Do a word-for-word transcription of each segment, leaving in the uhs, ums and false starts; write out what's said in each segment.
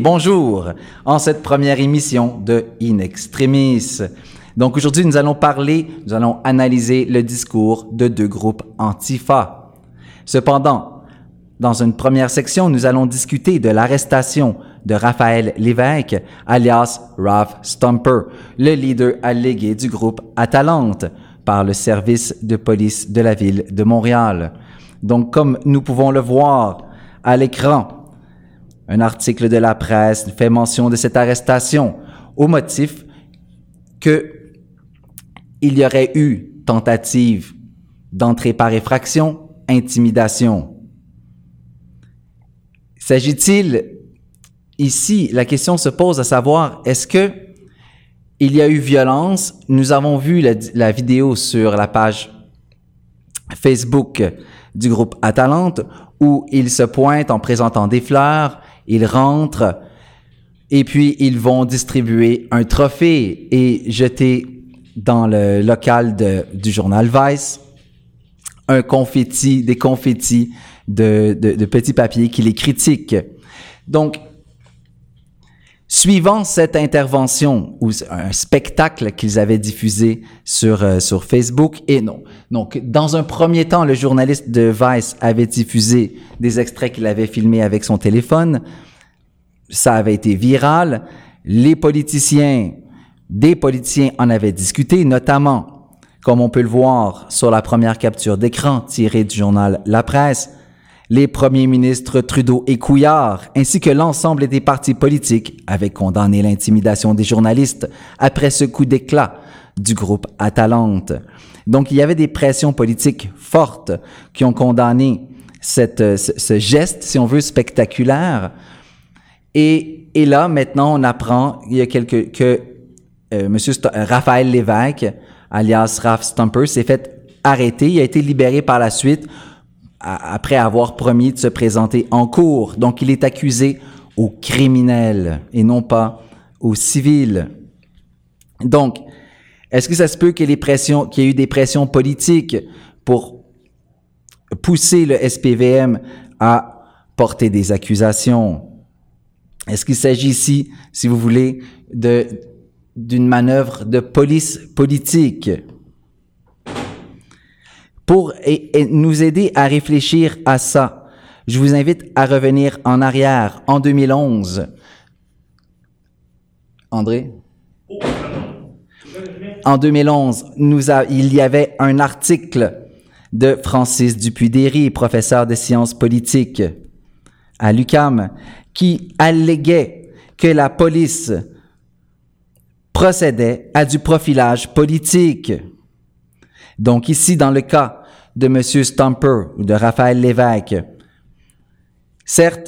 Bonjour, en cette première émission de In Extremis. Donc aujourd'hui, nous allons parler, nous allons analyser le discours de deux groupes Antifa. Cependant, dans une première section, nous allons discuter de l'arrestation de Raphaël Lévesque, alias Raph Stomper, le leader allégué du groupe Atalante, par le service de police de la ville de Montréal. Donc, comme nous pouvons le voir à l'écran, un article de la presse fait mention de cette arrestation au motif que il y aurait eu tentative d'entrée par effraction, intimidation. S'agit-il ici, la question se pose à savoir, est-ce que il y a eu violence? Nous avons vu la, la vidéo sur la page Facebook du groupe Atalante où ils se pointent en présentant des fleurs, ils rentrent et puis ils vont distribuer un trophée et jeter dans le local de, du journal Vice un confetti, des confettis de, de, de petits papiers qui les critiquent. Donc, suivant cette intervention ou un spectacle qu'ils avaient diffusé sur euh, sur Facebook, et non, donc dans un premier temps, le journaliste de Vice avait diffusé des extraits qu'il avait filmés avec son téléphone. Ça avait été viral. Les politiciens, des politiciens en avaient discuté, notamment, comme on peut le voir sur la première capture d'écran tirée du journal La Presse, les premiers ministres Trudeau et Couillard, ainsi que l'ensemble des partis politiques, avaient condamné l'intimidation des journalistes après ce coup d'éclat du groupe Atalante. Donc, il y avait des pressions politiques fortes qui ont condamné cette, ce, ce geste, si on veut, spectaculaire. Et, et là, maintenant, on apprend il y a quelques, que euh, M. St- Raphaël Lévesque, alias Raph Stomper, s'est fait arrêter. Il a été libéré par la suite après avoir promis de se présenter en cour. Donc, il est accusé au criminel et non pas au civil. Donc, est-ce que ça se peut que les pressions, qu'il y ait eu des pressions politiques pour pousser le S P V M à porter des accusations? Est-ce qu'il s'agit ici, si vous voulez, de, d'une manœuvre de police politique? Pour et, et nous aider à réfléchir à ça, je vous invite à revenir en arrière, en deux mille onze. André? En deux mille onze, nous a, il y avait un article de Francis Dupuy-Derry, professeur de sciences politiques à l'U Q A M, qui alléguait que la police procédait à du profilage politique. Donc ici, dans le cas de M. Stomper ou de Raphaël Lévesque, certes,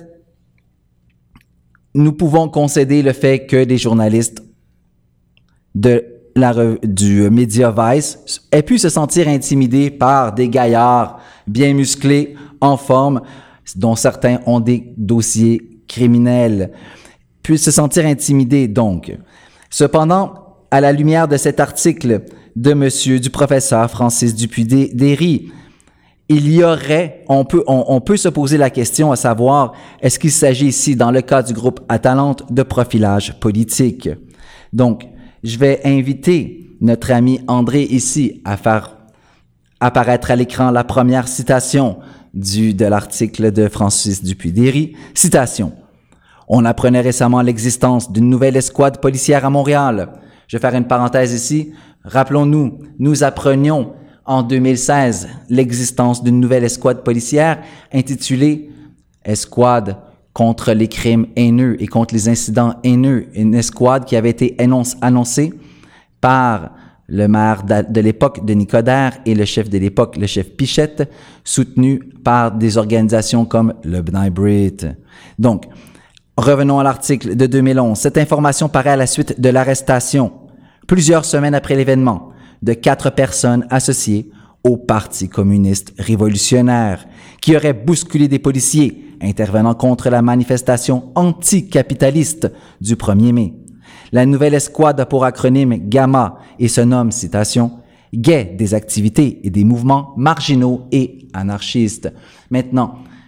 nous pouvons concéder le fait que des journalistes de la, du média Vice aient pu se sentir intimidés par des gaillards bien musclés, en forme, dont certains ont des dossiers criminels, puissent se sentir intimidés donc. Cependant, à la lumière de cet article de monsieur, du professeur Francis Dupuy-Derry, il y aurait, on peut, on, on peut se poser la question à savoir, est-ce qu'il s'agit ici, dans le cas du groupe Atalante, de profilage politique? Donc, je vais inviter notre ami André ici à faire apparaître à l'écran la première citation du, de l'article de Francis Dupuy-Derry. Citation. On apprenait récemment l'existence d'une nouvelle escouade policière à Montréal. Je vais faire une parenthèse ici. Rappelons-nous, nous apprenions en deux mille seize l'existence d'une nouvelle escouade policière intitulée « Escouade contre les crimes haineux et contre les incidents haineux », une escouade qui avait été énonce, annoncée par le maire de l'époque, Denis Coderre, et le chef de l'époque, le chef Pichette, soutenu par des organisations comme le B'nai B'rith. Donc, revenons à l'article de deux mille onze. Cette information paraît à la suite de l'arrestation, plusieurs semaines après l'événement, de quatre personnes associées au Parti communiste révolutionnaire, qui auraient bousculé des policiers intervenant contre la manifestation anticapitaliste du premier mai. La nouvelle escouade a pour acronyme Gamma et se nomme, citation, « Guet des activités et des mouvements marginaux et anarchistes ». Maintenant,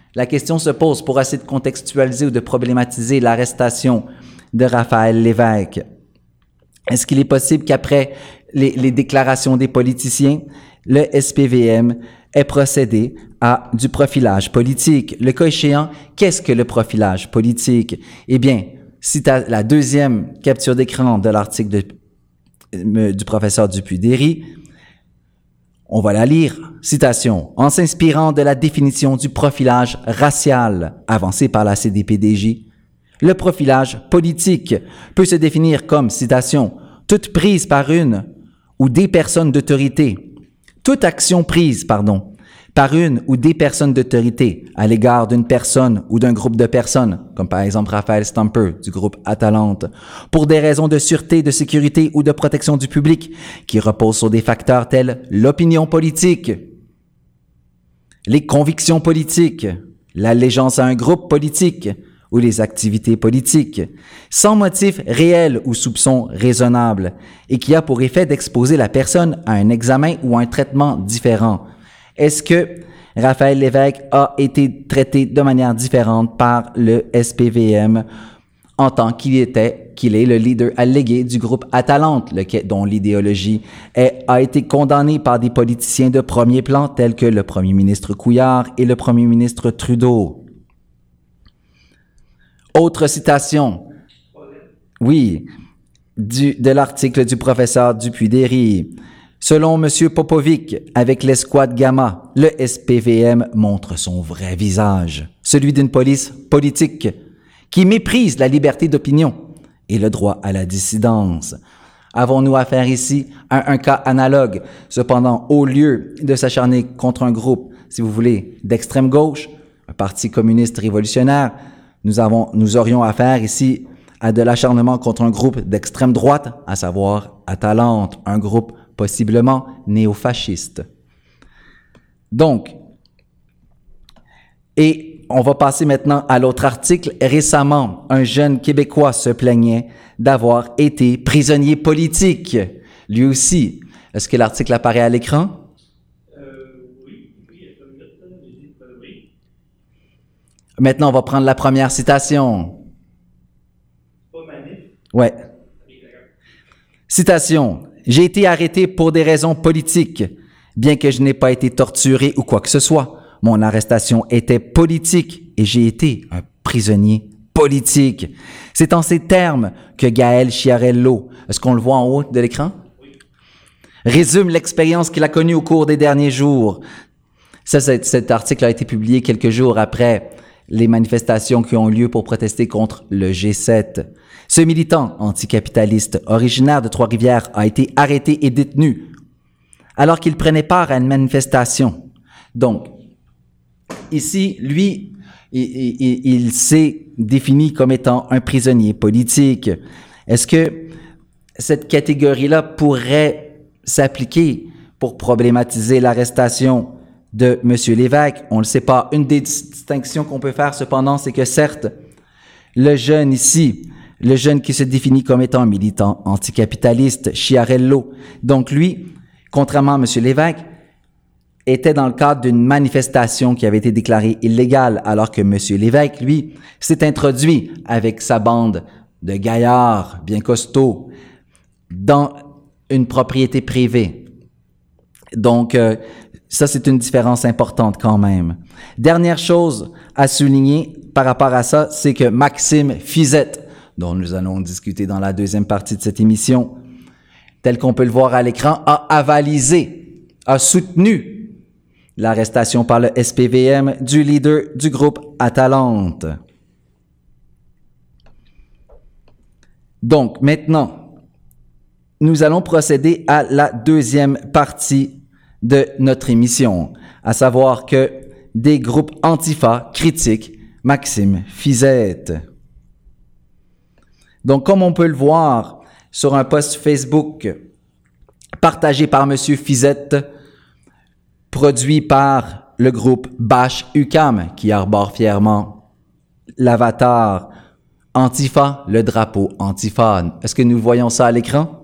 La question se pose pour essayer de contextualiser ou de problématiser l'arrestation de Raphaël Lévesque. Est-ce qu'il est possible qu'après les, les déclarations des politiciens, le S P V M ait procédé à du profilage politique? Le cas échéant, qu'est-ce que le profilage politique? Eh bien, si tu as la deuxième capture d'écran de l'article de, euh, du professeur Dupuy-Derry, on va la lire. Citation. « En s'inspirant de la définition du profilage racial avancée par la C D P D J, le profilage politique peut se définir comme, citation, « toute prise par une ou des personnes d'autorité, toute action prise, pardon, par une ou des personnes d'autorité à l'égard d'une personne ou d'un groupe de personnes, comme par exemple Raphaël Stamper du groupe Atalante, pour des raisons de sûreté, de sécurité ou de protection du public qui reposent sur des facteurs tels l'opinion politique, les convictions politiques, l'allégeance à un groupe politique ou les activités politiques, sans motif réel ou soupçon raisonnable, et qui a pour effet d'exposer la personne à un examen ou un traitement différent. » Est-ce que Raphaël Lévesque a été traité de manière différente par le S P V M en tant qu'il était, qu'il est le leader allégué du groupe Atalante, lequel, dont l'idéologie est, a été condamnée par des politiciens de premier plan tels que le premier ministre Couillard et le premier ministre Trudeau? Autre citation. Oui, du, de l'article du professeur Dupuy-Derry. Selon M. Popovic, avec l'escouade Gamma, le S P V M montre son vrai visage, celui d'une police politique qui méprise la liberté d'opinion et le droit à la dissidence. Avons-nous affaire ici à un cas analogue? Cependant, au lieu de s'acharner contre un groupe, si vous voulez, d'extrême gauche, un parti communiste révolutionnaire, nous avons, nous aurions affaire ici à de l'acharnement contre un groupe d'extrême droite, à savoir Atalante, un groupe possiblement néofasciste. Donc, et on va passer maintenant à l'autre article. Récemment, un jeune Québécois se plaignait d'avoir été prisonnier politique. Lui aussi. Est-ce que l'article apparaît à l'écran? Euh, oui, oui, oui. Maintenant, on va prendre la première citation. Pas manif? Ouais. Citation. J'ai été arrêté pour des raisons politiques, bien que je n'ai pas été torturé ou quoi que ce soit. Mon arrestation était politique et j'ai été un prisonnier politique. C'est en ces termes que Gaël Chiarello, est-ce qu'on le voit en haut de l'écran? Oui. Résume l'expérience qu'il a connue au cours des derniers jours. Ça, cet, cet article a été publié quelques jours après les manifestations qui ont eu lieu pour protester contre le G sept. Ce militant anticapitaliste originaire de Trois-Rivières a été arrêté et détenu alors qu'il prenait part à une manifestation. Donc, ici, lui, il, il, il s'est défini comme étant un prisonnier politique. Est-ce que cette catégorie-là pourrait s'appliquer pour problématiser l'arrestation de M. Lévesque? On ne le sait pas. Une des distinctions qu'on peut faire, cependant, c'est que certes, le jeune ici, le jeune qui se définit comme étant militant anticapitaliste, Chiarello, donc lui, contrairement à M. Lévesque, était dans le cadre d'une manifestation qui avait été déclarée illégale, alors que M. Lévesque, lui, s'est introduit avec sa bande de gaillards bien costauds dans une propriété privée. Donc, euh, ça, c'est une différence importante quand même. Dernière chose à souligner par rapport à ça, c'est que Maxime Fizette, dont nous allons discuter dans la deuxième partie de cette émission, tel qu'on peut le voir à l'écran, a avalisé, a soutenu l'arrestation par le S P V M du leader du groupe Atalante. Donc, maintenant, nous allons procéder à la deuxième partie de notre émission, à savoir que des groupes Antifa critiquent Maxime Fizette. Donc, comme on peut le voir sur un post Facebook partagé par M. Fizette, produit par le groupe Bâche U Q A M, qui arbore fièrement l'avatar Antifa, le drapeau Antifa. Est-ce que nous voyons ça à l'écran?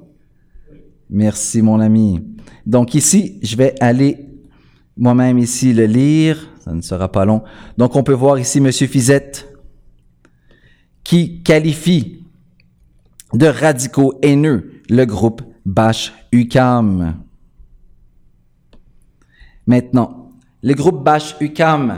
Merci, mon ami. Donc ici, je vais aller moi-même ici le lire. ça ne sera pas long. Donc, on peut voir ici M. Fizette qui qualifie de radicaux haineux le groupe Bâche U Q A M. Maintenant, le groupe Bâche U Q A M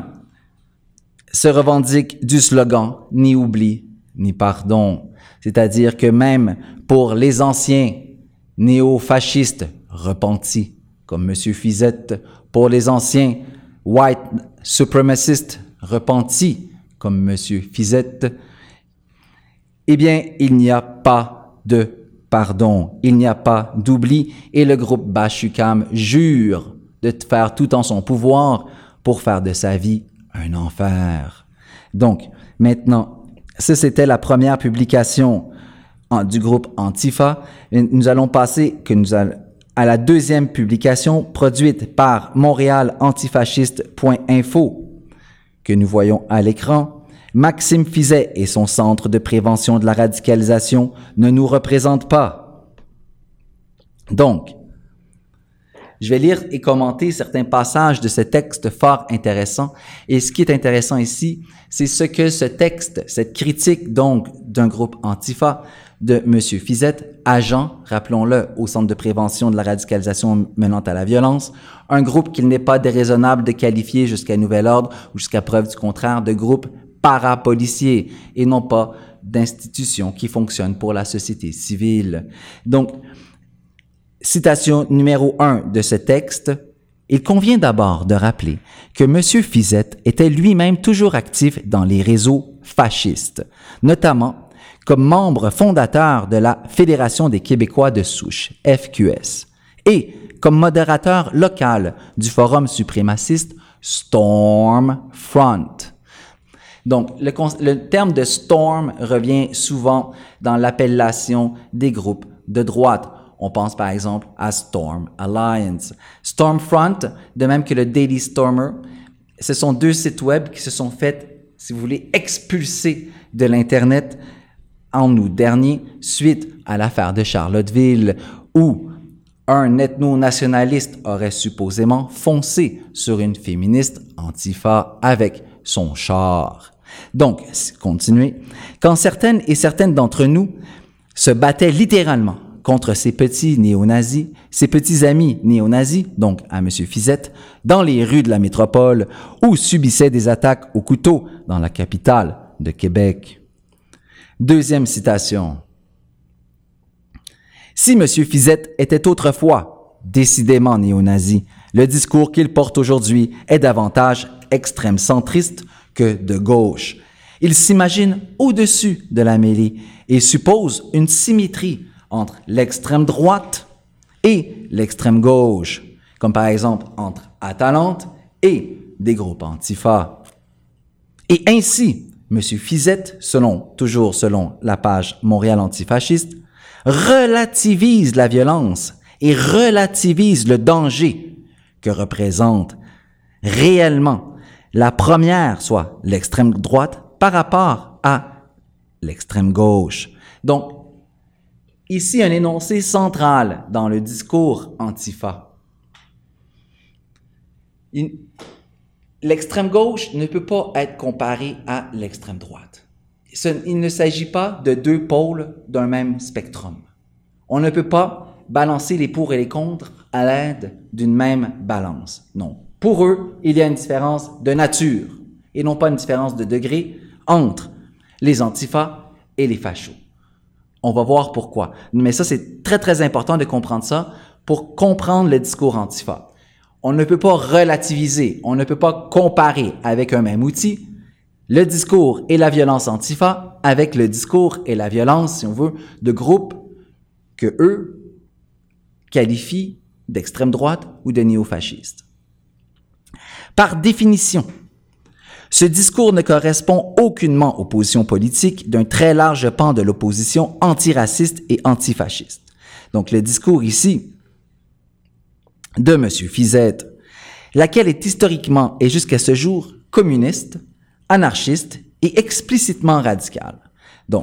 se revendique du slogan « Ni oubli, ni pardon ». C'est-à-dire que même pour les anciens néo-fascistes repentis, comme M. Fizette, pour les anciens white supremacistes repentis, comme M. Fizette, eh bien, il n'y a pas de pardon, il n'y a pas d'oubli, et le groupe Bâche U Q A M jure de faire tout en son pouvoir pour faire de sa vie un enfer. Donc, maintenant, ça, c'était la première publication en, du groupe Antifa. Nous allons passer que nous allons, à la deuxième publication produite par montréal antifasciste point info que nous voyons à l'écran. Maxime Fizet et son Centre de prévention de la radicalisation ne nous représentent pas. Donc, je vais lire et commenter certains passages de ce texte fort intéressant. Et ce qui est intéressant ici, c'est ce que ce texte, cette critique donc d'un groupe Antifa de M. Fizette, agent, rappelons-le, au Centre de prévention de la radicalisation menant à la violence, un groupe qu'il n'est pas déraisonnable de qualifier jusqu'à nouvel ordre ou jusqu'à preuve du contraire de groupe parapolicier et non pas d'institution qui fonctionne pour la société civile. Donc, citation numéro un de ce texte, il convient d'abord de rappeler que M. Fizette était lui-même toujours actif dans les réseaux fascistes, notamment comme membre fondateur de la Fédération des Québécois de souche, F Q S, et comme modérateur local du forum suprémaciste Stormfront. Donc, le, le terme de Storm revient souvent dans l'appellation des groupes de droite. On pense par exemple à Storm Alliance. Stormfront, de même que le Daily Stormer, ce sont deux sites web qui se sont fait, si vous voulez, expulser de l'Internet en août dernier, suite à l'affaire de Charlottesville, où un ethno-nationaliste aurait supposément foncé sur une féministe Antifa avec son char. Donc, continuez. Quand certaines et certaines d'entre nous se battaient littéralement contre ces petits néo-nazis, ces petits amis néo-nazis, donc à M. Fizette, dans les rues de la métropole ou subissaient des attaques au couteau dans la capitale de Québec. Deuxième citation. Si M. Fizette était autrefois décidément néo-nazi, le discours qu'il porte aujourd'hui est davantage extrême centriste que de gauche. Il s'imagine au-dessus de la mêlée et suppose une symétrie entre l'extrême droite et l'extrême gauche, comme par exemple entre Atalante et des groupes Antifa. Et ainsi, M. Fizette, selon, toujours selon la page Montréal antifasciste, relativise la violence et relativise le danger que représente réellement la première, soit l'extrême droite, par rapport à l'extrême gauche. Donc, ici, un énoncé central dans le discours Antifa. Il, l'extrême gauche ne peut pas être comparée à l'extrême droite. Ce, il ne s'agit pas de deux pôles d'un même spectrum. On ne peut pas balancer les pour et les contre à l'aide d'une même balance. Non. Pour eux, il y a une différence de nature et non pas une différence de degré entre les Antifa et les fachos. On va voir pourquoi. Mais ça, c'est très, très important de comprendre ça pour comprendre le discours Antifa. On ne peut pas relativiser, on ne peut pas comparer avec un même outil le discours et la violence Antifa avec le discours et la violence, si on veut, de groupes que eux qualifient d'extrême droite ou de néofascistes. Par définition, ce discours ne correspond aucunement aux positions politiques d'un très large pan de l'opposition antiraciste et antifasciste. Donc, le discours ici de M. Fizette, laquelle est historiquement et jusqu'à ce jour communiste, anarchiste et explicitement radicale. Donc,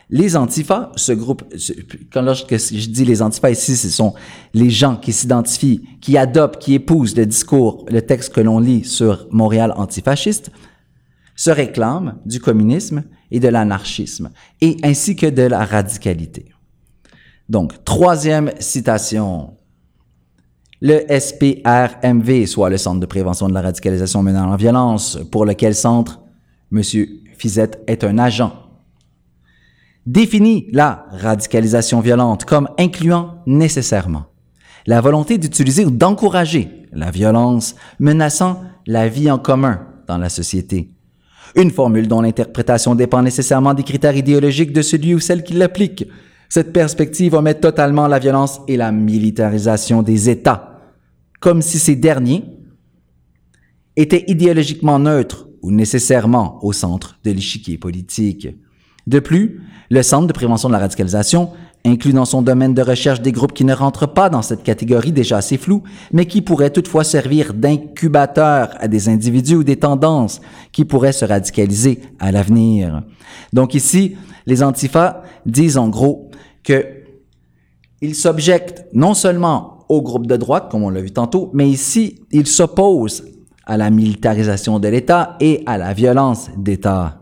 Les antifas, ce groupe, quand lorsque je dis les antifas ici, ce sont les gens qui s'identifient, qui adoptent, qui épousent le discours, le texte que l'on lit sur Montréal antifasciste, se réclament du communisme et de l'anarchisme, et ainsi que de la radicalité. Donc, troisième citation. Le S P R M V, soit le Centre de prévention de la radicalisation menant à la violence, pour lequel centre M. Fizette est un agent, définit la radicalisation violente comme incluant nécessairement la volonté d'utiliser ou d'encourager la violence menaçant la vie en commun dans la société. Une formule dont l'interprétation dépend nécessairement des critères idéologiques de celui ou celle qui l'applique. Cette perspective omet totalement la violence et la militarisation des États, comme si ces derniers étaient idéologiquement neutres ou nécessairement au centre de l'échiquier politique. De plus, le Centre de prévention de la radicalisation inclut dans son domaine de recherche des groupes qui ne rentrent pas dans cette catégorie déjà assez floue, mais qui pourraient toutefois servir d'incubateurs à des individus ou des tendances qui pourraient se radicaliser à l'avenir. Donc ici, les antifas disent en gros que ils s'objectent non seulement aux groupes de droite, comme on l'a vu tantôt, mais ici, ils s'opposent à la militarisation de l'État et à la violence d'État.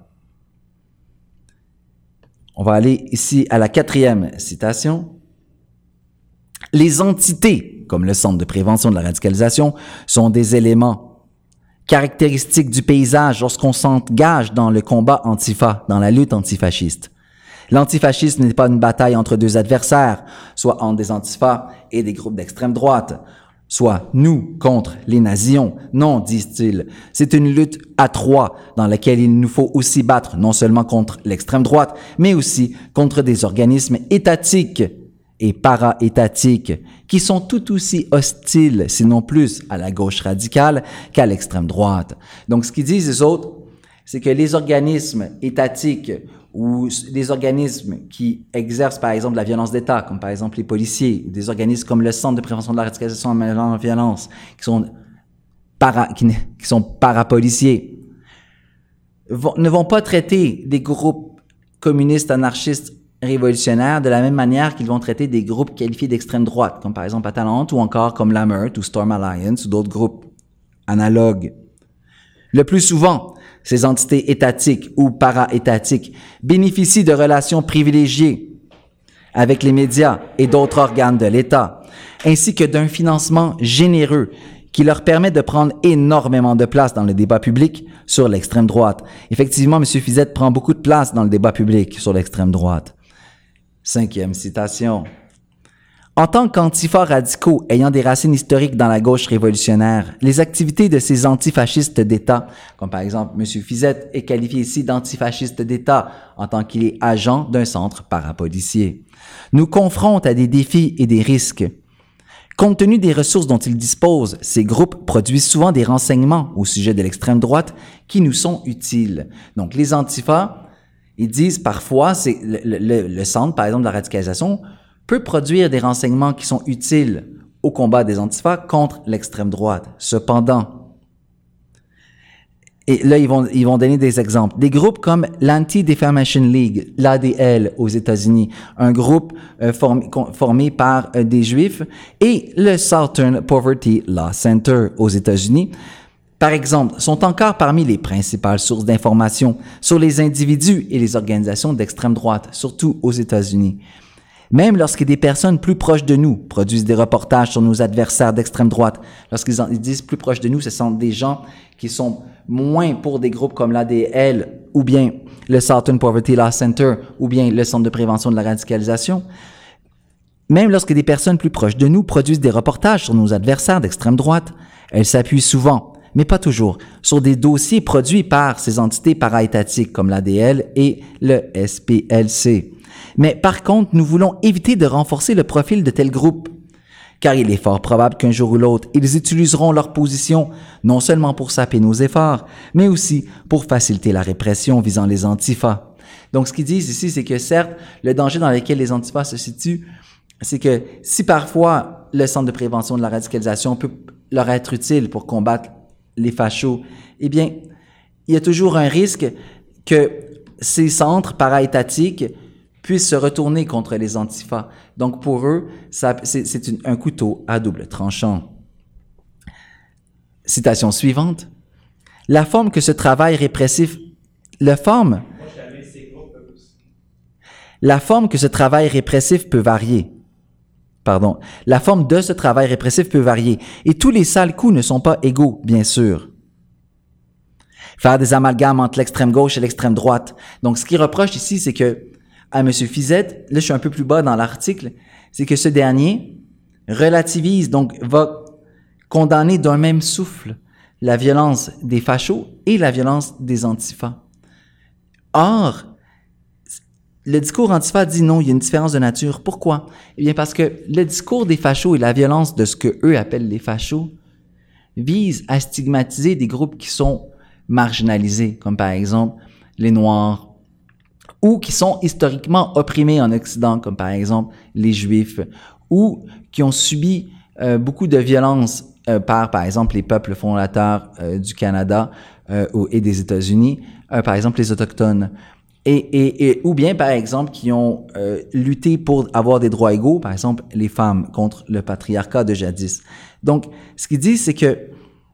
On va aller ici à la quatrième citation. Les entités, comme le Centre de prévention de la radicalisation, sont des éléments caractéristiques du paysage lorsqu'on s'engage dans le combat antifa, dans la lutte antifasciste. L'antifascisme n'est pas une bataille entre deux adversaires, soit entre des antifas et des groupes d'extrême droite, soit nous contre les nazions. Non, disent-ils, c'est une lutte à trois dans laquelle il nous faut aussi battre non seulement contre l'extrême droite, mais aussi contre des organismes étatiques et para-étatiques qui sont tout aussi hostiles, sinon plus, à la gauche radicale qu'à l'extrême droite. Donc, ce qu'ils disent, les autres, c'est que les organismes étatiques ou des organismes qui exercent, par exemple, la violence d'État, comme par exemple les policiers, ou des organismes comme le Centre de prévention de la radicalisation menant à la violence, qui sont para, qui, qui sont parapoliciers, vont, ne vont pas traiter des groupes communistes, anarchistes, révolutionnaires de la même manière qu'ils vont traiter des groupes qualifiés d'extrême droite, comme par exemple Atalante, ou encore comme la Meurthe, ou Storm Alliance, ou d'autres groupes analogues. Le plus souvent, ces entités étatiques ou para-étatiques bénéficient de relations privilégiées avec les médias et d'autres organes de l'État, ainsi que d'un financement généreux qui leur permet de prendre énormément de place dans le débat public sur l'extrême droite. Effectivement, M. Fizette prend beaucoup de place dans le débat public sur l'extrême droite. Cinquième citation. En tant qu'antifas radicaux ayant des racines historiques dans la gauche révolutionnaire, les activités de ces antifascistes d'État, comme par exemple M. Fizette est qualifié ici d'antifasciste d'État en tant qu'il est agent d'un centre parapolicier, nous confrontent à des défis et des risques. Compte tenu des ressources dont ils disposent, ces groupes produisent souvent des renseignements au sujet de l'extrême droite qui nous sont utiles. Donc les antifas, ils disent parfois, c'est le, le, le centre par exemple de la radicalisation, peut produire des renseignements qui sont utiles au combat des antifas contre l'extrême droite. Cependant, et là, ils vont, ils vont donner des exemples. Des groupes comme l'Anti-Defamation League, l'A D L aux États-Unis, un groupe euh, formé, formé par euh, des Juifs, et le Southern Poverty Law Center aux États-Unis, par exemple, sont encore parmi les principales sources d'informations sur les individus et les organisations d'extrême droite, surtout aux États-Unis. Même lorsque des personnes plus proches de nous produisent des reportages sur nos adversaires d'extrême droite, lorsqu'ils en, ils disent plus proches de nous, ce sont des gens qui sont moins pour des groupes comme l'A D L ou bien le Southern Poverty Law Center ou bien le Centre de prévention de la radicalisation. Même lorsque des personnes plus proches de nous produisent des reportages sur nos adversaires d'extrême droite, elles s'appuient souvent, mais pas toujours, sur des dossiers produits par ces entités para-étatiques comme l'A D L et le S P L C. Mais par contre, nous voulons éviter de renforcer le profil de tels groupes, car il est fort probable qu'un jour ou l'autre, ils utiliseront leur position non seulement pour saper nos efforts, mais aussi pour faciliter la répression visant les antifas. Donc, ce qu'ils disent ici, c'est que certes, le danger dans lequel les antifas se situent, c'est que si parfois le Centre de prévention de la radicalisation peut leur être utile pour combattre les fachos, eh bien, il y a toujours un risque que ces centres para-étatiques puissent se retourner contre les antifas. Donc pour eux, ça, c'est, c'est une, un couteau à double tranchant. Citation suivante. La forme que ce travail répressif, la forme, la forme que ce travail répressif peut varier. Pardon. La forme de ce travail répressif peut varier. Et tous les sales coups ne sont pas égaux, bien sûr. Faire des amalgames entre l'extrême gauche et l'extrême droite. Donc, ce qu'il reproche ici, c'est que, à M. Fizette, là, je suis un peu plus bas dans l'article, c'est que ce dernier relativise, donc, va condamner d'un même souffle la violence des fachos et la violence des antifas. Or, le discours antifa dit non, il y a une différence de nature. Pourquoi? Eh bien, parce que le discours des fachos et la violence de ce que eux appellent les fachos vise à stigmatiser des groupes qui sont marginalisés, comme par exemple les Noirs, ou qui sont historiquement opprimés en Occident, comme par exemple les Juifs, ou qui ont subi euh, beaucoup de violence euh, par, par exemple, les peuples fondateurs euh, du Canada euh, et des États-Unis, euh, par exemple les Autochtones. Et, et, et, ou bien, par exemple, qui ont euh, lutté pour avoir des droits égaux, par exemple, les femmes contre le patriarcat de jadis. Donc, ce qu'il dit, c'est que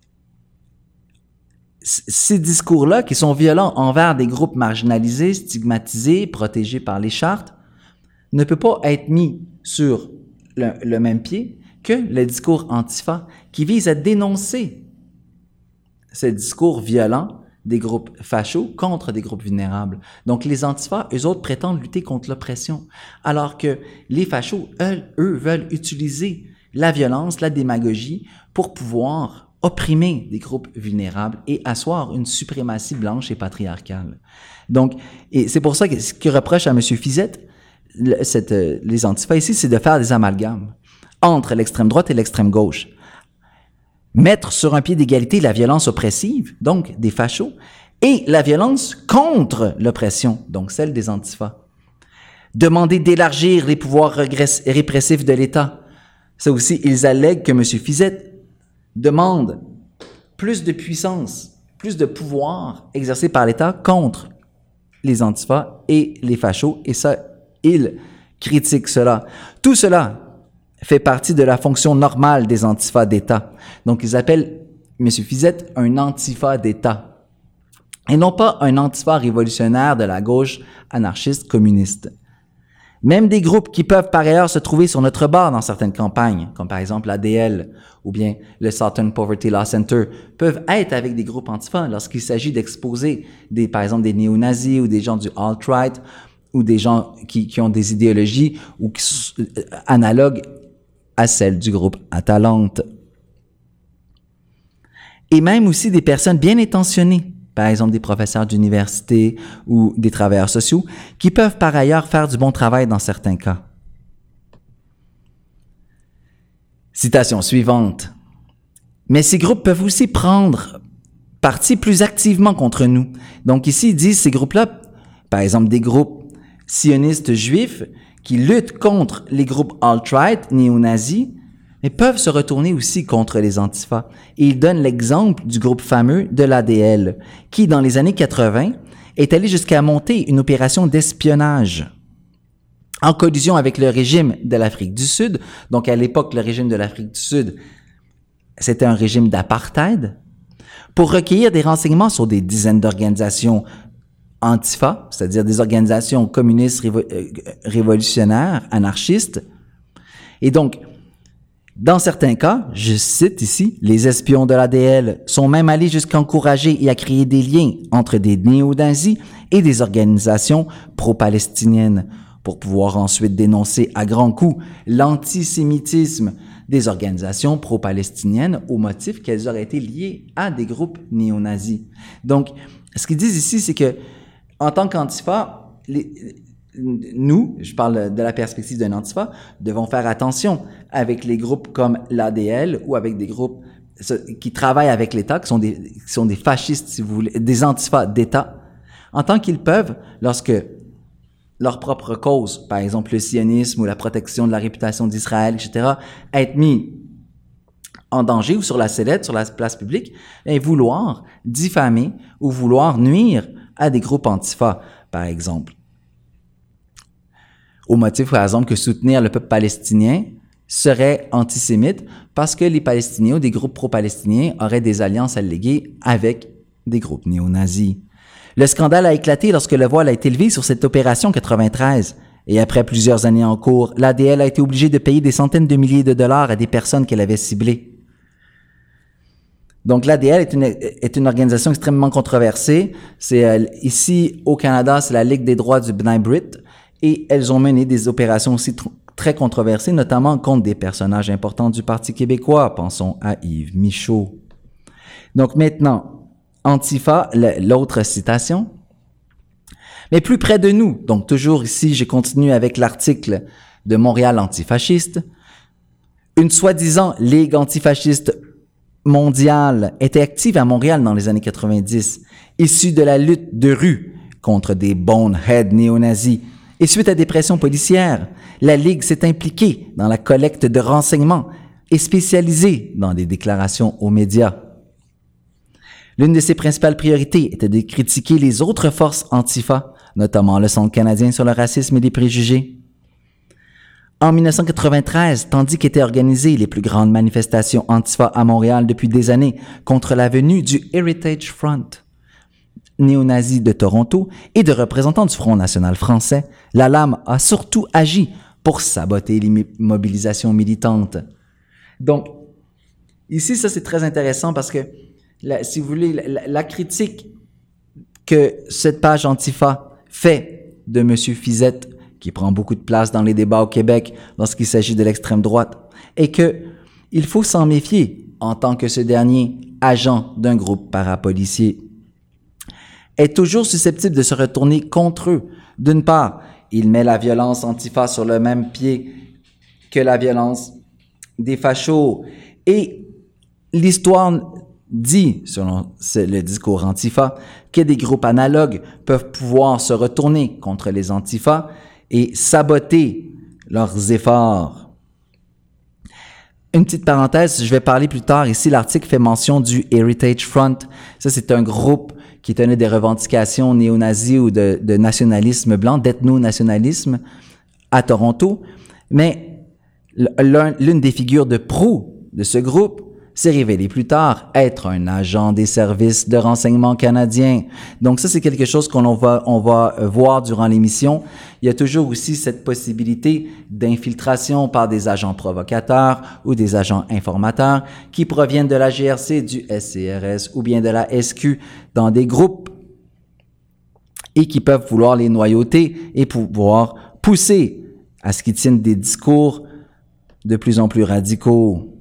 c- ces discours-là, qui sont violents envers des groupes marginalisés, stigmatisés, protégés par les chartes, ne peut pas être mis sur le, le même pied que le discours antifa, qui vise à dénoncer ce discours violent des groupes fachos contre des groupes vulnérables. Donc, les antifas, eux autres, prétendent lutter contre l'oppression, alors que les fachos, eux, eux, veulent utiliser la violence, la démagogie, pour pouvoir opprimer des groupes vulnérables et asseoir une suprématie blanche et patriarcale. Donc, et c'est pour ça que ce qu'il reproche à M. Fizette, le, cette, euh, les antifas ici, c'est de faire des amalgames entre l'extrême droite et l'extrême gauche. Mettre sur un pied d'égalité la violence oppressive, donc des fachos, et la violence contre l'oppression, donc celle des antifas. Demander d'élargir les pouvoirs régress- répressifs de l'État. Ça aussi, ils allèguent que M. Fizette demande plus de puissance, plus de pouvoir exercé par l'État contre les antifas et les fachos, et ça, ils critiquent cela. Tout cela fait partie de la fonction normale des antifas d'État. Donc, ils appellent M. Fizette un antifa d'État, et non pas un antifa révolutionnaire de la gauche anarchiste communiste. Même des groupes qui peuvent par ailleurs se trouver sur notre bord dans certaines campagnes, comme par exemple l'A D L ou bien le Southern Poverty Law Center, peuvent être avec des groupes antifas lorsqu'il s'agit d'exposer des, par exemple des néo-nazis ou des gens du alt-right ou des gens qui, qui ont des idéologies ou qui sont analogues à celles du groupe Atalante. Et même aussi des personnes bien intentionnées, par exemple des professeurs d'université ou des travailleurs sociaux, qui peuvent par ailleurs faire du bon travail dans certains cas. Citation suivante. Mais ces groupes peuvent aussi prendre parti plus activement contre nous. Donc ici, ils disent ces groupes-là, par exemple des groupes sionistes juifs, qui luttent contre les groupes alt-right, néo-nazis, mais peuvent se retourner aussi contre les antifas. Et ils donnent l'exemple du groupe fameux de l'A D L, qui, dans les années quatre-vingt, est allé jusqu'à monter une opération d'espionnage en collusion avec le régime de l'Afrique du Sud. Donc, à l'époque, le régime de l'Afrique du Sud, c'était un régime d'apartheid, pour recueillir des renseignements sur des dizaines d'organisations antifa, c'est-à-dire des organisations communistes révo- euh, révolutionnaires, anarchistes. Et donc, dans certains cas, je cite ici, les espions de l'A D L sont même allés jusqu'à encourager et à créer des liens entre des néo-nazis et des organisations pro-palestiniennes pour pouvoir ensuite dénoncer à grands coups l'antisémitisme des organisations pro-palestiniennes au motif qu'elles auraient été liées à des groupes néo-nazis. Donc, ce qu'ils disent ici, c'est que en tant qu'antifa, les, nous, je parle de la perspective d'un antifa, devons faire attention avec les groupes comme l'A D L ou avec des groupes qui travaillent avec l'État, qui sont des, qui sont des fascistes, si vous voulez, des antifas d'État, en tant qu'ils peuvent, lorsque leur propre cause, par exemple le sionisme ou la protection de la réputation d'Israël, et cetera, être mis en danger ou sur la sellette, sur la place publique, et vouloir diffamer ou vouloir nuire à des groupes antifas, par exemple. au motif, par exemple, que soutenir le peuple palestinien serait antisémite parce que les Palestiniens ou des groupes pro-palestiniens auraient des alliances alléguées avec des groupes néo-nazis. Le scandale a éclaté lorsque le voile a été levé sur cette opération en quatre-vingt-treize. Et après plusieurs années en cours, l'A D L a été obligée de payer des centaines de milliers de dollars à des personnes qu'elle avait ciblées. Donc, l'A D L est une, est une organisation extrêmement controversée. C'est, euh, ici, au Canada, c'est la Ligue des droits du B'nai B'rith. Et elles ont mené des opérations aussi tr- très controversées, notamment contre des personnages importants du Parti québécois. Pensons à Yves Michaud. Donc, maintenant, Antifa, l'autre citation. Mais plus près de nous, donc toujours ici, j'ai continué avec l'article de Montréal antifasciste. Une soi-disant Ligue antifasciste mondiale était active à Montréal dans les années quatre-vingt-dix, issue de la lutte de rue contre des boneheads néo-nazis. Et suite à des pressions policières, la Ligue s'est impliquée dans la collecte de renseignements et spécialisée dans des déclarations aux médias. L'une de ses principales priorités était de critiquer les autres forces antifa, notamment le Centre canadien sur le racisme et les préjugés. En dix-neuf cent quatre-vingt-treize, tandis qu'étaient organisées les plus grandes manifestations antifa à Montréal depuis des années contre la venue du Heritage Front néo-nazi de Toronto et de représentants du Front national français, la L A M a surtout agi pour saboter les mobilisations militantes. Donc, ici, ça c'est très intéressant parce que, la, si vous voulez, la, la critique que cette page Antifa fait de M. Fizette, qui prend beaucoup de place dans les débats au Québec lorsqu'il s'agit de l'extrême droite, et que il faut s'en méfier en tant que ce dernier agent d'un groupe parapolicier est toujours susceptible de se retourner contre eux. D'une part, il met la violence antifa sur le même pied que la violence des fachos. Et l'histoire dit, selon le discours antifa, que des groupes analogues peuvent pouvoir se retourner contre les antifas et saboter leurs efforts. Une petite parenthèse, je vais parler plus tard. Ici, l'article fait mention du Heritage Front. Ça, c'est un groupe qui tenait des revendications néo-nazis ou de, de nationalisme blanc, d'ethno-nationalisme à Toronto. Mais l'un, l'une des figures de proue de ce groupe s'est révélé plus tard être un agent des services de renseignement canadiens. Donc ça, c'est quelque chose qu'on va, on va voir durant l'émission. Il y a toujours aussi cette possibilité d'infiltration par des agents provocateurs ou des agents informateurs qui proviennent de la G R C, du S C R S ou bien de la S Q dans des groupes et qui peuvent vouloir les noyauter et pouvoir pousser à ce qu'ils tiennent des discours de plus en plus radicaux.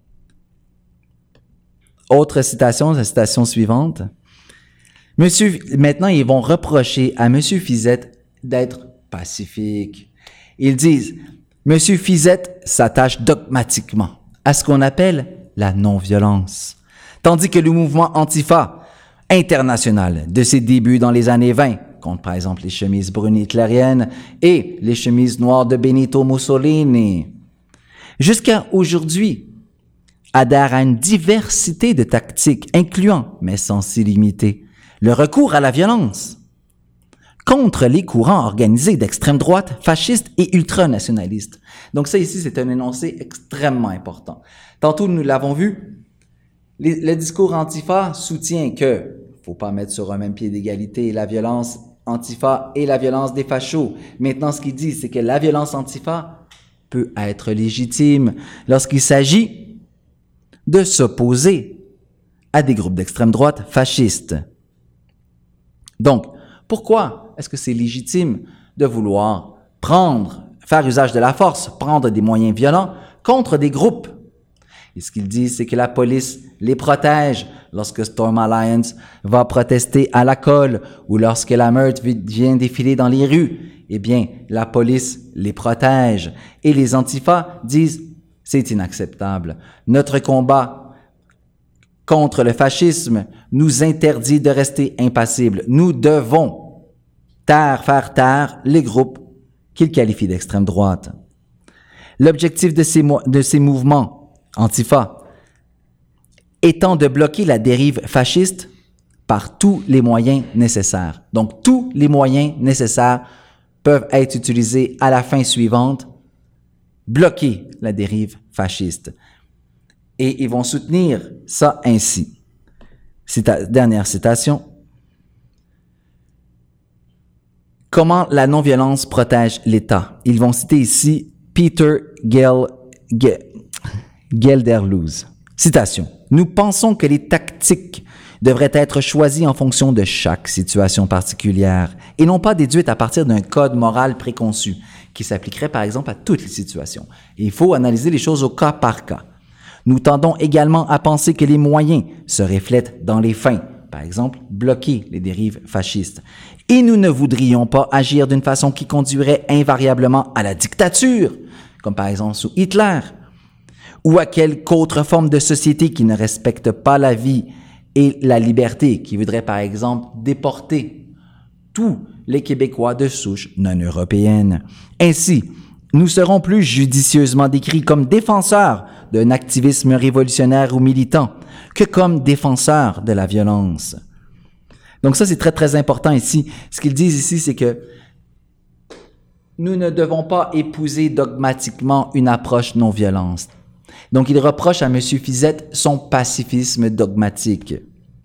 Autre citation, la citation suivante. Monsieur, maintenant, ils vont reprocher à Monsieur Fizette d'être pacifique. Ils disent, Monsieur Fizette s'attache dogmatiquement à ce qu'on appelle la non-violence. Tandis que le mouvement Antifa international de ses débuts dans les années vingt, contre par exemple les chemises brunes hitlériennes et les chemises noires de Benito Mussolini, jusqu'à aujourd'hui, adhère à une diversité de tactiques, incluant, mais sans s'y limiter, le recours à la violence contre les courants organisés d'extrême droite, fascistes et ultranationalistes. Donc ça ici, c'est un énoncé extrêmement important. Tantôt, nous l'avons vu, les, le discours antifa soutient que faut pas mettre sur un même pied d'égalité la violence antifa et la violence des fachos. Maintenant, ce qu'il dit, c'est que la violence antifa peut être légitime lorsqu'il s'agit de s'opposer à des groupes d'extrême droite fascistes. Donc, pourquoi est-ce que c'est légitime de vouloir prendre, faire usage de la force, prendre des moyens violents contre des groupes? Et ce qu'il dit, c'est que la police les protège lorsque Storm Alliance va protester à la colle ou lorsque la meute vient défiler dans les rues. Eh bien, la police les protège. Et les antifas disent, c'est inacceptable. Notre combat contre le fascisme nous interdit de rester impassibles. Nous devons taire, faire taire les groupes qu'ils qualifient d'extrême droite. L'objectif de ces, de ces mouvements antifa étant de bloquer la dérive fasciste par tous les moyens nécessaires. Donc, tous les moyens nécessaires peuvent être utilisés à la fin suivante, bloquer la dérive fasciste. Et ils vont soutenir ça ainsi. Cita- dernière citation. Comment la non-violence protège l'État? Ils vont citer ici Peter Gel, Gel, Gelderloos. Citation. Nous pensons que les tactiques devraient être choisies en fonction de chaque situation particulière et non pas déduites à partir d'un code moral préconçu qui s'appliquerait par exemple à toutes les situations. Et il faut analyser les choses au cas par cas. Nous tendons également à penser que les moyens se reflètent dans les fins, par exemple bloquer les dérives fascistes. Et nous ne voudrions pas agir d'une façon qui conduirait invariablement à la dictature, comme par exemple sous Hitler, ou à quelque autre forme de société qui ne respecte pas la vie et la liberté, qui voudrait par exemple déporter tous les Québécois de souche non européenne. Ainsi, nous serons plus judicieusement décrits comme défenseurs d'un activisme révolutionnaire ou militant que comme défenseurs de la violence. Donc ça, c'est très, très important ici. Ce qu'ils disent ici, c'est que nous ne devons pas épouser dogmatiquement une approche non-violente. Donc, ils reprochent à M. Fizette son pacifisme dogmatique.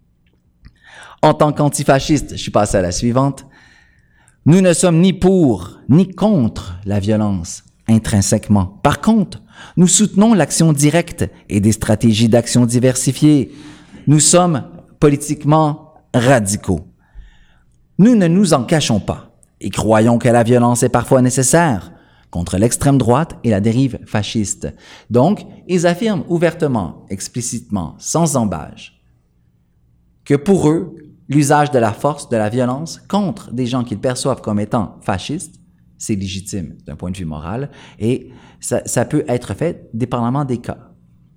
En tant qu'antifasciste, je suis passé à la suivante, nous ne sommes ni pour ni contre la violence intrinsèquement. Par contre, nous soutenons l'action directe et des stratégies d'action diversifiées. Nous sommes politiquement radicaux. Nous ne nous en cachons pas et croyons que la violence est parfois nécessaire contre l'extrême droite et la dérive fasciste. Donc, ils affirment ouvertement, explicitement, sans embâche, que pour eux, l'usage de la force, de la violence contre des gens qu'ils perçoivent comme étant fascistes, c'est légitime d'un point de vue moral et ça, ça peut être fait dépendamment des cas.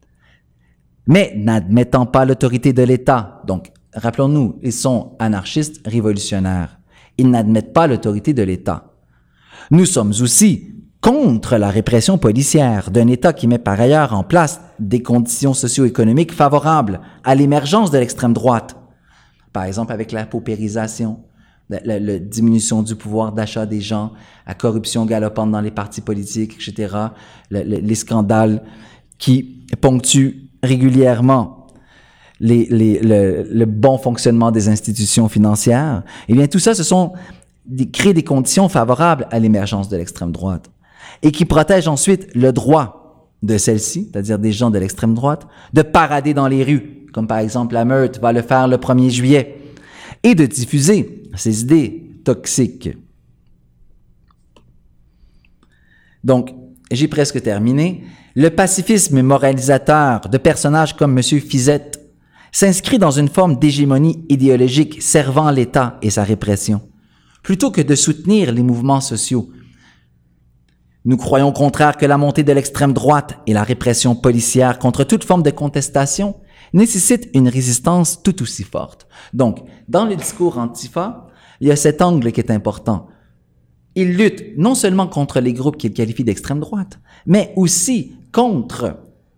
Mais n'admettant pas l'autorité de l'État, donc rappelons-nous, ils sont anarchistes révolutionnaires. Ils n'admettent pas l'autorité de l'État. Nous sommes aussi contre la répression policière d'un État qui met par ailleurs en place des conditions socio-économiques favorables à l'émergence de l'extrême droite. Par exemple, avec la paupérisation, la, la, la diminution du pouvoir d'achat des gens, la corruption galopante dans les partis politiques, et cetera, le, le, les scandales qui ponctuent régulièrement les, les, le, le bon fonctionnement des institutions financières. Eh bien, tout ça, ce sont des, créer des conditions favorables à l'émergence de l'extrême droite et qui protègent ensuite le droit de celle-ci, c'est-à-dire des gens de l'extrême droite, de parader dans les rues, comme par exemple la Meute va le faire le premier juillet, et de diffuser ces idées toxiques. Donc, j'ai presque terminé. Le pacifisme moralisateur de personnages comme M. Fizette s'inscrit dans une forme d'hégémonie idéologique servant l'État et sa répression, plutôt que de soutenir les mouvements sociaux. Nous croyons au contraire que la montée de l'extrême droite et la répression policière contre toute forme de contestation nécessitent une résistance tout aussi forte. Donc, dans le discours antifa, il y a cet angle qui est important. Ils luttent non seulement contre les groupes qu'ils qualifient d'extrême droite, mais aussi contre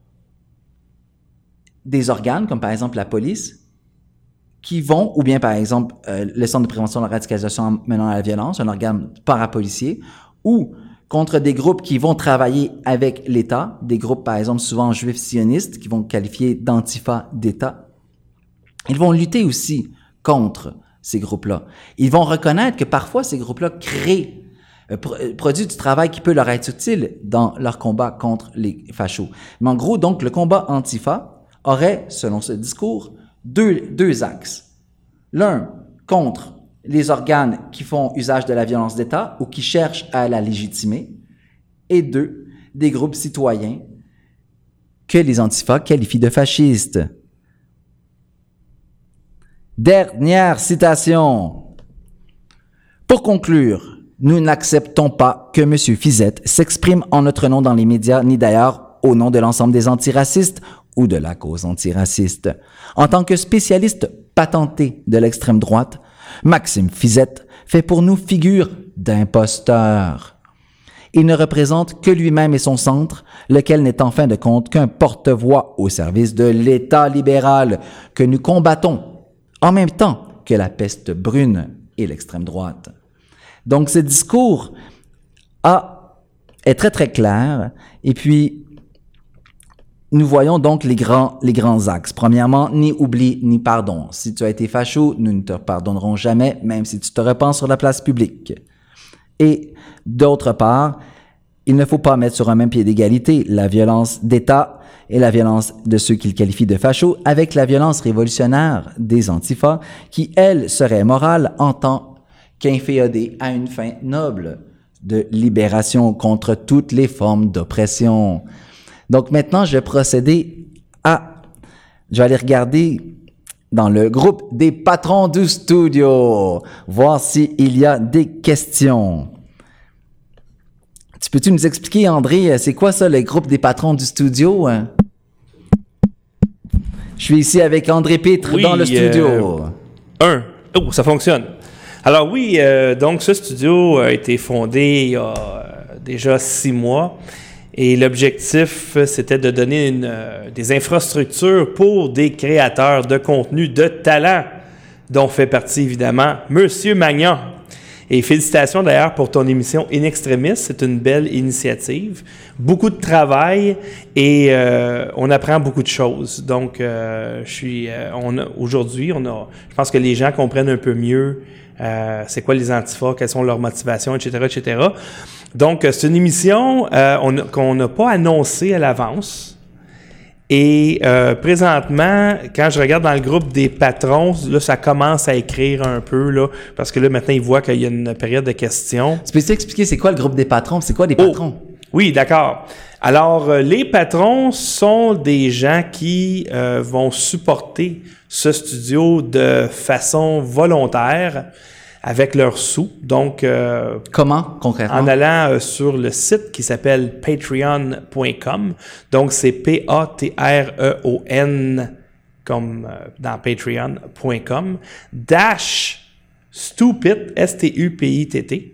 des organes, comme par exemple la police, qui vont, ou bien par exemple euh, le Centre de prévention de la radicalisation menant à la violence, un organe parapolicier, ou contre des groupes qui vont travailler avec l'État, des groupes par exemple souvent juifs sionistes, qui vont qualifier d'antifa d'État. Ils vont lutter aussi contre ces groupes-là. Ils vont reconnaître que parfois ces groupes-là créent Euh, produit du travail qui peut leur être utile dans leur combat contre les fachos. Mais en gros, donc, le combat antifa aurait, selon ce discours, deux, deux axes. L'un, contre les organes qui font usage de la violence d'État ou qui cherchent à la légitimer. Et deux, des groupes citoyens que les antifas qualifient de fascistes. Dernière citation. Pour conclure, nous n'acceptons pas que M. Fizette s'exprime en notre nom dans les médias, ni d'ailleurs au nom de l'ensemble des antiracistes ou de la cause antiraciste. En tant que spécialiste patenté de l'extrême droite, Maxime Fizette fait pour nous figure d'imposteur. Il ne représente que lui-même et son centre, lequel n'est en fin de compte qu'un porte-voix au service de l'État libéral que nous combattons, en même temps que la peste brune et l'extrême droite. Donc, ce discours a, est très, très clair. Et puis, nous voyons donc les grands, les grands axes. Premièrement, ni oubli, ni pardon. Si tu as été facho, nous ne te pardonnerons jamais, même si tu te repens sur la place publique. Et d'autre part, il ne faut pas mettre sur un même pied d'égalité la violence d'État et la violence de ceux qu'il qualifie de fachos avec la violence révolutionnaire des antifas qui, elle, serait morale en tant qu'inféodée à une fin noble de libération contre toutes les formes d'oppression. Donc maintenant, je vais procéder à... Je vais aller regarder dans le groupe des patrons du studio, voir s'il y a des questions. Tu peux-tu nous expliquer, André, c'est quoi ça, le groupe des patrons du studio? Je suis ici avec André Pitre oui, dans le studio. Euh, un. Oh, ça fonctionne. Alors oui, euh, donc ce studio a été fondé il y a euh, déjà six mois. Et l'objectif, c'était de donner une, euh, des infrastructures pour des créateurs de contenu de talent, dont fait partie évidemment Monsieur Magnan. Et félicitations d'ailleurs pour ton émission In Extremis, c'est une belle initiative. Beaucoup de travail et euh, on apprend beaucoup de choses. Donc, euh, je suis, euh, on a, aujourd'hui, on a, je pense que les gens comprennent un peu mieux euh, c'est quoi les antifas, quelles sont leurs motivations, et cetera, et cetera. Donc, c'est une émission euh, on a, qu'on n'a pas annoncée à l'avance. Et euh, présentement, quand je regarde dans le groupe des patrons, là, ça commence à écrire un peu, là, parce que là, maintenant, ils voient qu'il y a une période de questions. Tu peux expliquer c'est quoi le groupe des patrons? C'est quoi des patrons? Oh, oui, d'accord. Alors, euh, les patrons sont des gens qui euh, vont supporter ce studio de façon volontaire, avec leurs sous. Donc, euh, comment concrètement? En allant euh, sur le site qui s'appelle patreon point com. Donc, c'est P A T R E O N comme euh, dans patreon point com. Dash Stupid, S T U P I T T.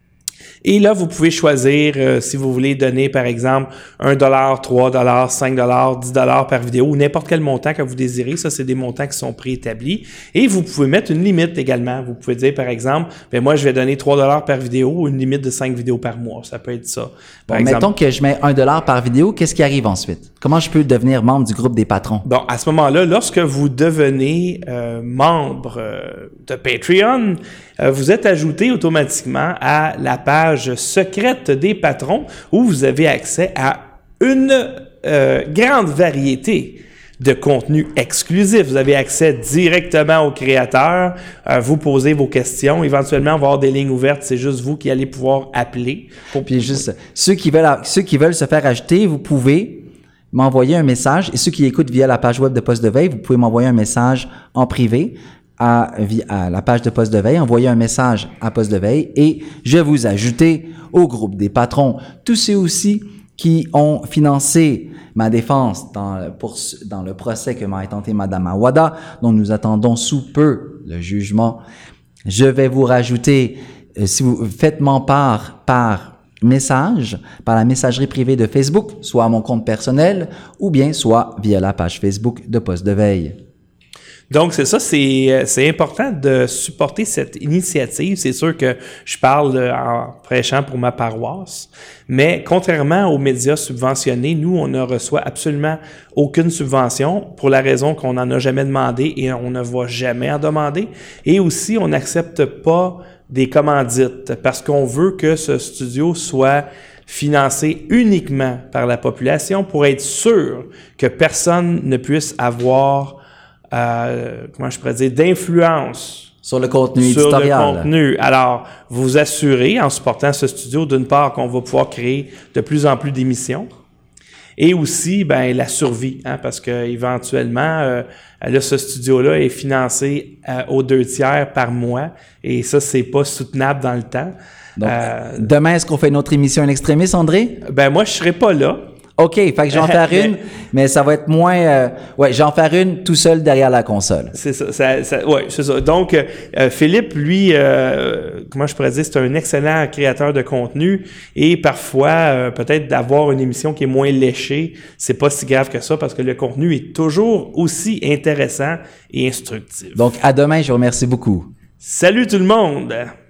Et là, vous pouvez choisir euh, si vous voulez donner, par exemple, un dollar, trois dollars, cinq dollars, dix dollars par vidéo ou n'importe quel montant que vous désirez. Ça, c'est des montants qui sont préétablis. Et vous pouvez mettre une limite également. Vous pouvez dire, par exemple, ben moi, je vais donner trois dollars par vidéo ou une limite de cinq vidéos par mois. Ça peut être ça. Par bon, exemple, mettons que je mets un dollar par vidéo, qu'est-ce qui arrive ensuite? Comment je peux devenir membre du groupe des patrons? Bon, à ce moment-là, lorsque vous devenez euh, membre euh, de Patreon, euh, vous êtes ajouté automatiquement à la page secrète des patrons où vous avez accès à une euh, grande variété de contenus exclusifs. Vous avez accès directement aux créateurs, euh, vous posez vos questions, éventuellement avoir des lignes ouvertes, c'est juste vous qui allez pouvoir appeler. Pour... Puis juste, ceux qui veulent, ceux qui veulent se faire ajouter, vous pouvez m'envoyer un message, et ceux qui écoutent via la page web de Poste de Veille, vous pouvez m'envoyer un message en privé à, à la page de Poste de Veille, envoyer un message à Poste de Veille et je vais vous ajouter au groupe des patrons. Tous ceux aussi qui ont financé ma défense dans, pour, dans le procès que m'a intenté Madame Awada, dont nous attendons sous peu le jugement. Je vais vous rajouter, euh, si vous faites-m'en part par message, par la messagerie privée de Facebook, soit à mon compte personnel ou bien soit via la page Facebook de Poste de Veille. Donc, c'est ça, c'est, c'est important de supporter cette initiative. C'est sûr que je parle en prêchant pour ma paroisse, mais contrairement aux médias subventionnés, nous, on ne reçoit absolument aucune subvention pour la raison qu'on n'en a jamais demandé et on ne va jamais en demander. Et aussi, on n'accepte pas des commandites parce qu'on veut que ce studio soit financé uniquement par la population pour être sûr que personne ne puisse avoir Euh, comment je pourrais dire, d'influence sur le contenu sur éditorial. le contenu. Alors, vous vous assurez, en supportant ce studio, d'une part, qu'on va pouvoir créer de plus en plus d'émissions, et aussi, ben, la survie, hein, parce que éventuellement, euh, là, ce studio-là est financé euh, aux deux tiers par mois, et ça, c'est pas soutenable dans le temps. Donc, euh, demain, est-ce qu'on fait une autre émission In Extremis, André? Ben, moi, je serai pas là. OK, fait que j'en faire une, mais ça va être moins... Euh, ouais, j'en faire une tout seul derrière la console. C'est ça, ça, ça ouais, c'est ça. Donc, euh, Philippe, lui, euh, comment je pourrais dire, c'est un excellent créateur de contenu et parfois, euh, peut-être d'avoir une émission qui est moins léchée, c'est pas si grave que ça parce que le contenu est toujours aussi intéressant et instructif. Donc, à demain, je vous remercie beaucoup. Salut tout le monde!